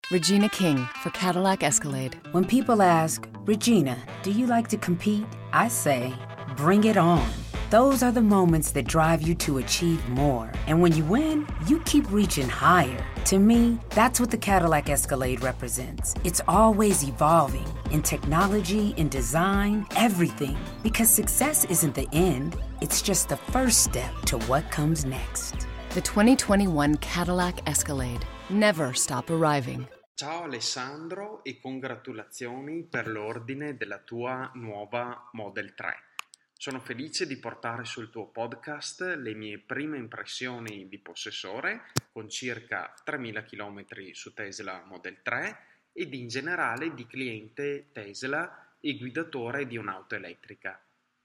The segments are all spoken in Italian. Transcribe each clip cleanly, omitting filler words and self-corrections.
Regina King for Cadillac Escalade. When people ask, Regina, do you like to compete? I say, bring it on. Those are the moments that drive you to achieve more. And when you win, you keep reaching higher. To me, that's what the Cadillac Escalade represents. It's always evolving in technology, in design, everything. Because success isn't the end, it's just the first step to what comes next. The 2021 Cadillac Escalade. Never stop arriving. Ciao Alessandro e congratulazioni per l'ordine della tua nuova Model 3. Sono felice di portare sul tuo podcast le mie prime impressioni di possessore con circa 3.000 km su Tesla Model 3 ed in generale di cliente Tesla e guidatore di un'auto elettrica.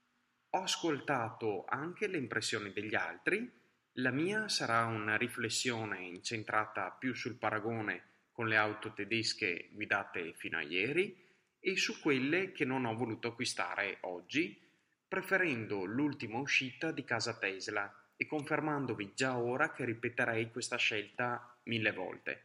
Ho ascoltato anche le impressioni degli altri, la mia sarà una riflessione incentrata più sul paragone con le auto tedesche guidate fino a ieri e su quelle che non ho voluto acquistare oggi, preferendo l'ultima uscita di casa Tesla e confermandovi già ora che ripeterei questa scelta 1000 volte.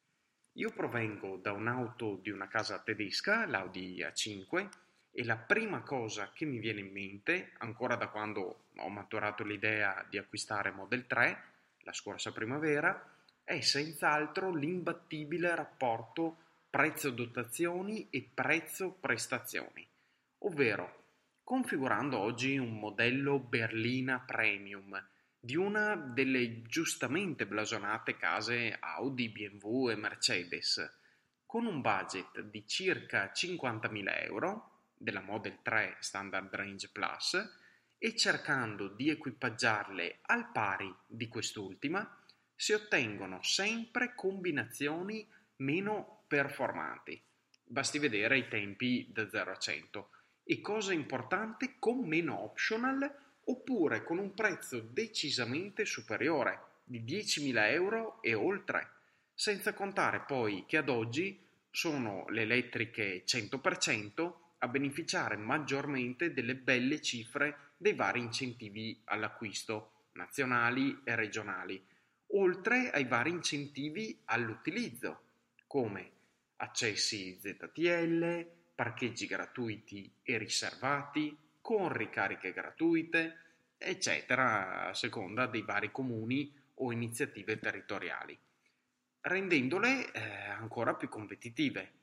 Io provengo da un'auto di una casa tedesca, l'Audi A5, e la prima cosa che mi viene in mente, ancora da quando ho maturato l'idea di acquistare Model 3, la scorsa primavera, è senz'altro l'imbattibile rapporto prezzo-dotazioni e prezzo-prestazioni, ovvero configurando oggi un modello berlina premium di una delle giustamente blasonate case Audi, BMW e Mercedes, con un budget di circa 50.000 euro della Model 3 Standard Range Plus e cercando di equipaggiarle al pari di quest'ultima, si ottengono sempre combinazioni meno performanti. Basti vedere i tempi da 0 a 100 e, cosa importante, con meno optional oppure con un prezzo decisamente superiore di 10.000 euro e oltre, senza contare poi che ad oggi sono le elettriche 100% a beneficiare maggiormente delle belle cifre dei vari incentivi all'acquisto nazionali e regionali, oltre ai vari incentivi all'utilizzo, come accessi ZTL, parcheggi gratuiti e riservati, con ricariche gratuite, eccetera, a seconda dei vari comuni o iniziative territoriali, rendendole ancora più competitive.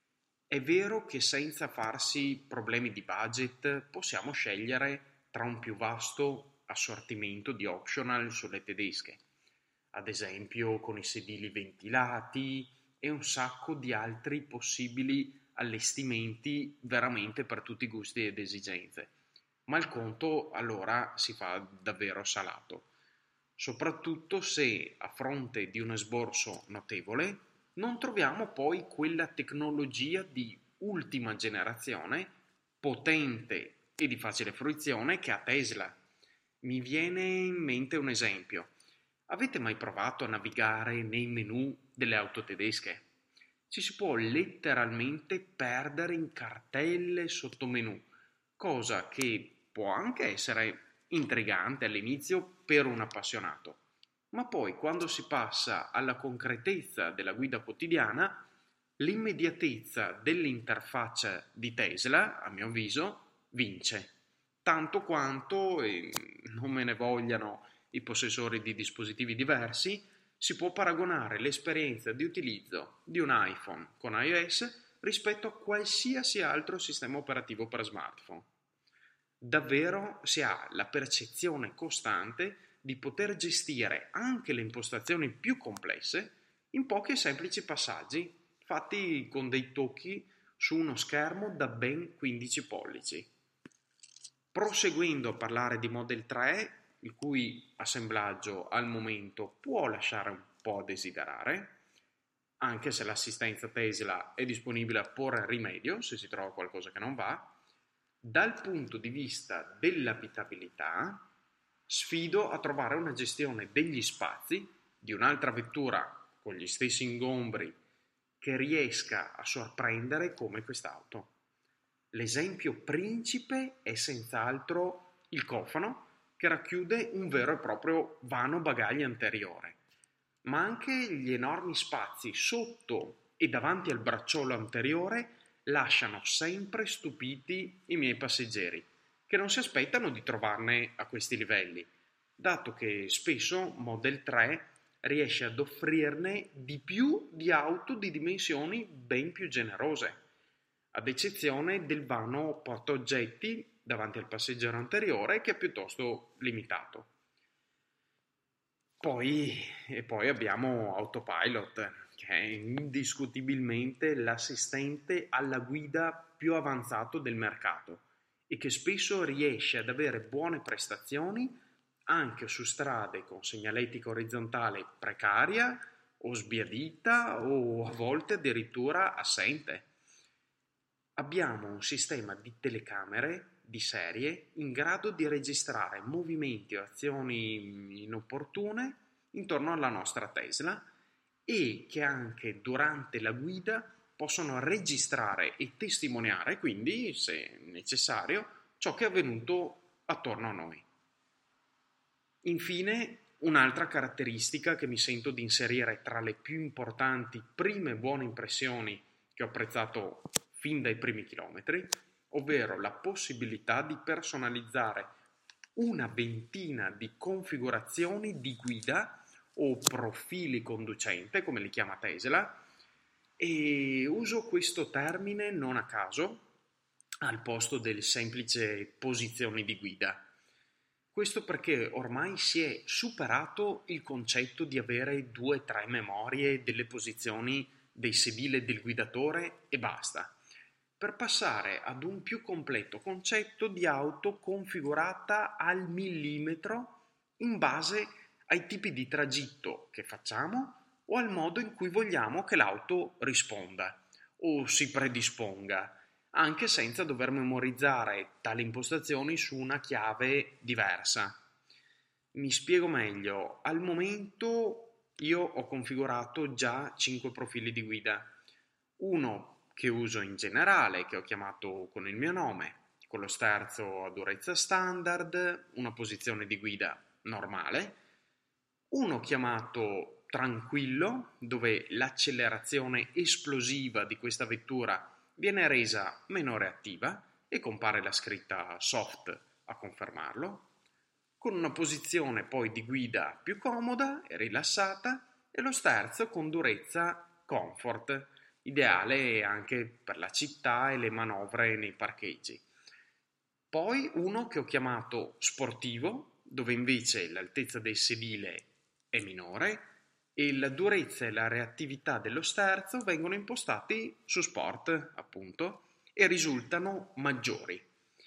È vero che senza farsi problemi di budget possiamo scegliere tra un più vasto assortimento di optional sulle tedesche, ad esempio con i sedili ventilati e un sacco di altri possibili allestimenti veramente per tutti i gusti ed esigenze, ma il conto allora si fa davvero salato, soprattutto se a fronte di un esborso notevole non troviamo poi quella tecnologia di ultima generazione, potente e di facile fruizione che ha Tesla. Mi viene in mente un esempio. Avete mai provato a navigare nei menu delle auto tedesche? Ci si può letteralmente perdere in cartelle sottomenu, cosa che può anche essere intrigante all'inizio per un appassionato, ma poi quando si passa alla concretezza della guida quotidiana, l'immediatezza dell'interfaccia di Tesla, a mio avviso, vince, tanto quanto, e non me ne vogliano i possessori di dispositivi diversi, si può paragonare l'esperienza di utilizzo di un iPhone con iOS rispetto a qualsiasi altro sistema operativo per smartphone. Davvero si ha la percezione costante di poter gestire anche le impostazioni più complesse in pochi e semplici passaggi fatti con dei tocchi su uno schermo da ben 15 pollici. Proseguendo a parlare di Model 3, il cui assemblaggio al momento può lasciare un po' a desiderare, anche se l'assistenza Tesla è disponibile a porre rimedio se si trova qualcosa che non va, dal punto di vista dell'abitabilità sfido a trovare una gestione degli spazi di un'altra vettura con gli stessi ingombri che riesca a sorprendere come quest'auto. L'esempio principe è senz'altro il cofano, che racchiude un vero e proprio vano bagaglio anteriore, ma anche gli enormi spazi sotto e davanti al bracciolo anteriore lasciano sempre stupiti i miei passeggeri, che non si aspettano di trovarne a questi livelli, dato che spesso Model 3 riesce ad offrirne di più di auto di dimensioni ben più generose, ad eccezione del vano portaoggetti davanti al passeggero anteriore, che è piuttosto limitato. Poi abbiamo Autopilot, che è indiscutibilmente l'assistente alla guida più avanzato del mercato e che spesso riesce ad avere buone prestazioni anche su strade con segnaletica orizzontale precaria o sbiadita o a volte addirittura assente. Abbiamo un sistema di telecamere di serie in grado di registrare movimenti o azioni inopportune intorno alla nostra Tesla e che anche durante la guida possono registrare e testimoniare, quindi, se necessario, ciò che è avvenuto attorno a noi. Infine, un'altra caratteristica che mi sento di inserire tra le più importanti prime buone impressioni che ho apprezzato fin dai primi chilometri, ovvero la possibilità di personalizzare una ventina di configurazioni di guida o profili conducente, come li chiama Tesla, e uso questo termine non a caso al posto del semplice posizioni di guida. Questo perché ormai si è superato il concetto di avere 2 o 3 memorie delle posizioni del sedile del guidatore e basta, per passare ad un più completo concetto di auto configurata al millimetro in base ai tipi di tragitto che facciamo o al modo in cui vogliamo che l'auto risponda o si predisponga, anche senza dover memorizzare tali impostazioni su una chiave diversa. Mi spiego meglio. Al momento io ho configurato già 5 profili di guida. Uno che uso in generale, che ho chiamato con il mio nome, con lo sterzo a durezza standard, una posizione di guida normale, uno chiamato tranquillo, dove l'accelerazione esplosiva di questa vettura viene resa meno reattiva e compare la scritta soft a confermarlo, con una posizione poi di guida più comoda e rilassata, e lo sterzo con durezza comfort, ideale anche per la città e le manovre nei parcheggi. Poi uno che ho chiamato sportivo, dove invece l'altezza del sedile è minore e la durezza e la reattività dello sterzo vengono impostati su sport, appunto, e risultano maggiori.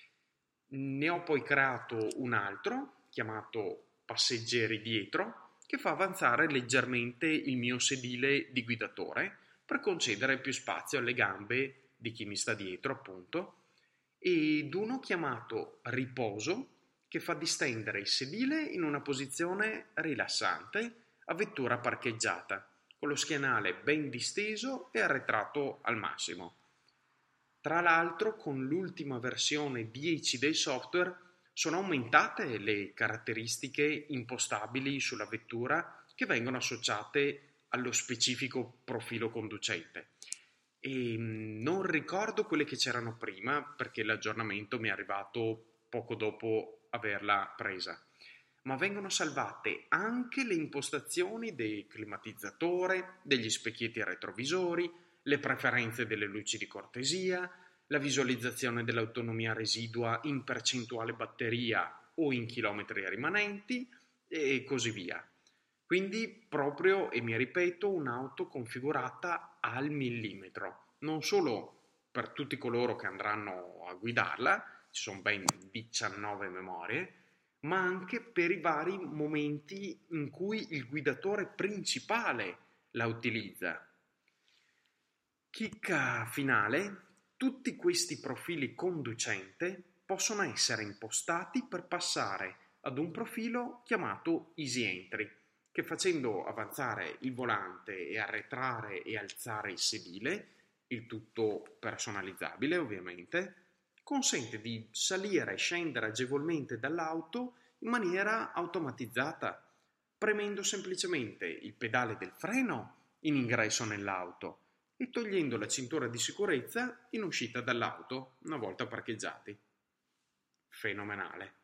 Ne ho poi creato un altro, chiamato passeggeri dietro, che fa avanzare leggermente il mio sedile di guidatore per concedere più spazio alle gambe di chi mi sta dietro, appunto, ed uno chiamato riposo, che fa distendere il sedile in una posizione rilassante a vettura parcheggiata, con lo schienale ben disteso e arretrato al massimo. Tra l'altro, con l'ultima versione 10 del software sono aumentate le caratteristiche impostabili sulla vettura che vengono associate allo specifico profilo conducente. E non ricordo quelle che c'erano prima, perché l'aggiornamento mi è arrivato poco dopo averla presa, ma vengono salvate anche le impostazioni del climatizzatore, degli specchietti retrovisori, le preferenze delle luci di cortesia, la visualizzazione dell'autonomia residua in percentuale batteria o in chilometri rimanenti e così via. Quindi proprio, e mi ripeto, un'auto configurata al millimetro, non solo per tutti coloro che andranno a guidarla, ci sono ben 19 memorie, ma anche per i vari momenti in cui il guidatore principale la utilizza. Chicca finale: tutti questi profili conducente possono essere impostati per passare ad un profilo chiamato Easy Entry, che facendo avanzare il volante e arretrare e alzare il sedile, il tutto personalizzabile ovviamente, consente di salire e scendere agevolmente dall'auto in maniera automatizzata, premendo semplicemente il pedale del freno in ingresso nell'auto e togliendo la cintura di sicurezza in uscita dall'auto una volta parcheggiati. Fenomenale.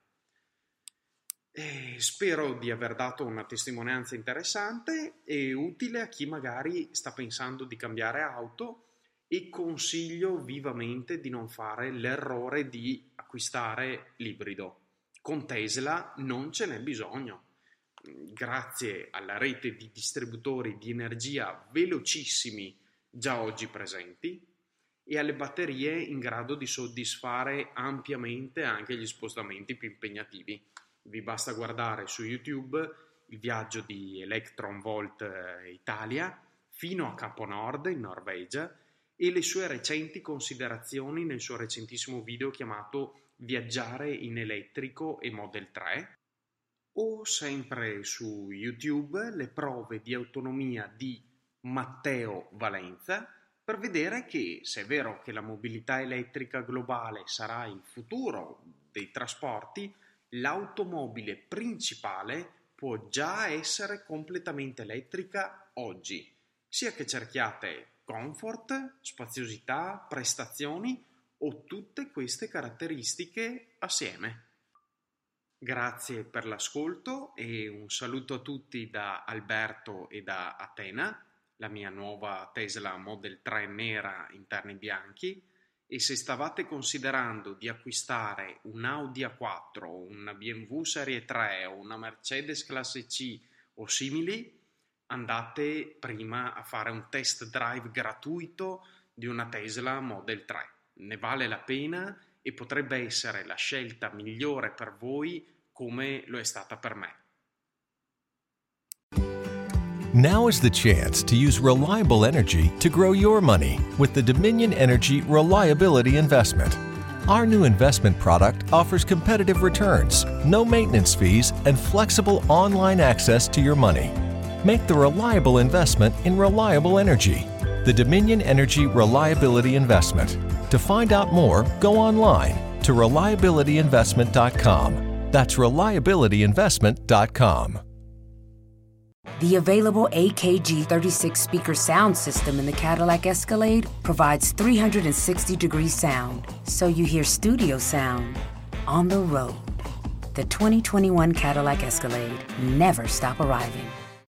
Spero di aver dato una testimonianza interessante e utile a chi magari sta pensando di cambiare auto, e consiglio vivamente di non fare l'errore di acquistare l'ibrido. Con Tesla non ce n'è bisogno. Grazie alla rete di distributori di energia velocissimi già oggi presenti e alle batterie in grado di soddisfare ampiamente anche gli spostamenti più impegnativi. Vi basta guardare su YouTube il viaggio di Electron Volt Italia fino a Capo Nord in Norvegia e le sue recenti considerazioni nel suo recentissimo video chiamato Viaggiare in elettrico e Model 3, o sempre su YouTube le prove di autonomia di Matteo Valenza, per vedere che, se è vero che la mobilità elettrica globale sarà il futuro dei trasporti, l'automobile principale può già essere completamente elettrica oggi, sia che cerchiate comfort, spaziosità, prestazioni o tutte queste caratteristiche assieme. Grazie per l'ascolto e un saluto a tutti da Alberto e da Atena, la mia nuova Tesla Model 3 nera interni bianchi, e se stavate considerando di acquistare un Audi A4, una BMW Serie 3 o una Mercedes Classe C o simili, andate prima a fare un test drive gratuito di una Tesla Model 3. Ne vale la pena e potrebbe essere la scelta migliore per voi come lo è stata per me. Now is the chance to use reliable energy to grow your money with the Dominion Energy Reliability Investment. Our new investment product offers competitive returns, no maintenance fees, and flexible online access to your money. Make the reliable investment in reliable energy. The Dominion Energy Reliability Investment. To find out more, go online to reliabilityinvestment.com. That's reliabilityinvestment.com. The available AKG 36 speaker sound system in the Cadillac Escalade provides 360-degree sound, so you hear studio sound on the road. The 2021 Cadillac Escalade. Never stop arriving.